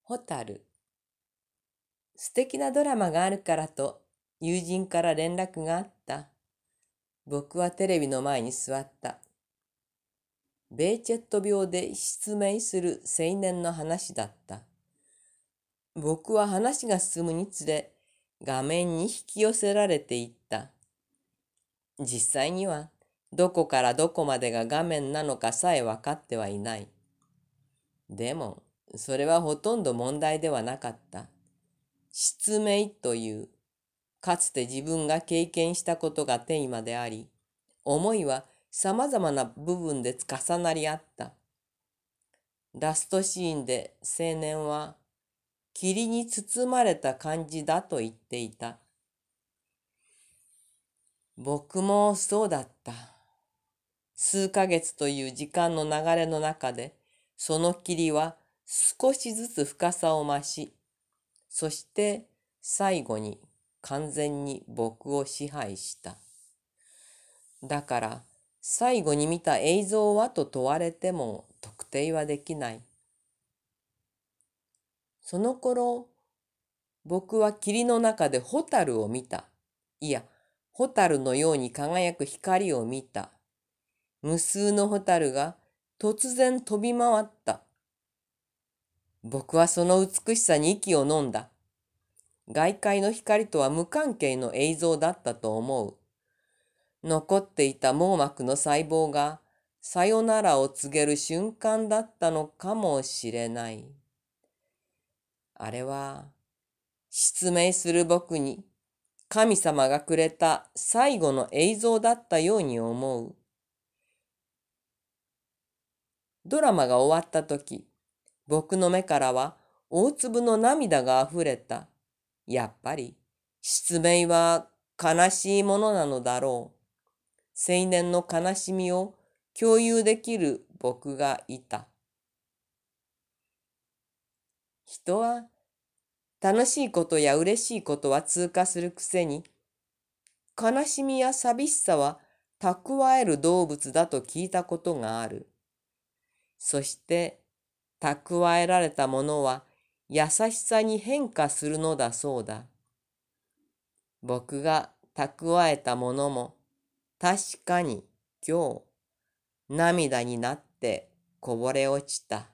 ホタル。素敵なドラマがあるからと友人から連絡があった。僕はテレビの前に座った。ベーチェット病で失明する青年の話だった。僕は話が進むにつれ画面に引き寄せられていった。実際にはどこからどこまでが画面なのかさえ分かってはいない。でもそれはほとんど問題ではなかった。失明というかつて自分が経験したことがテーマであり、思いはさまざまな部分で重なり合った。ラストシーンで青年は霧に包まれた感じだと言っていた。僕もそうだった。数ヶ月という時間の流れの中で、その霧は少しずつ深さを増し、そして最後に完全に僕を支配した。だから最後に見た映像はと問われても特定はできない。その頃、僕は霧の中でホタルを見た。いや、ホタルのように輝く光を見た。無数のホタルが突然飛び回った。僕はその美しさに息を飲んだ。外界の光とは無関係の映像だったと思う。残っていた網膜の細胞がさよならを告げる瞬間だったのかもしれない。あれは失明する僕に神様がくれた最後の映像だったように思う。ドラマが終わった時、僕の目からは大粒の涙があふれた。やっぱり失明は悲しいものなのだろう。青年の悲しみを共有できる僕がいた。人は楽しいことや嬉しいことは通過するくせに、悲しみや寂しさは蓄える動物だと聞いたことがある。そして蓄えられたものは優しさに変化するのだそうだ。僕が蓄えたものも確かに今日涙になってこぼれ落ちた。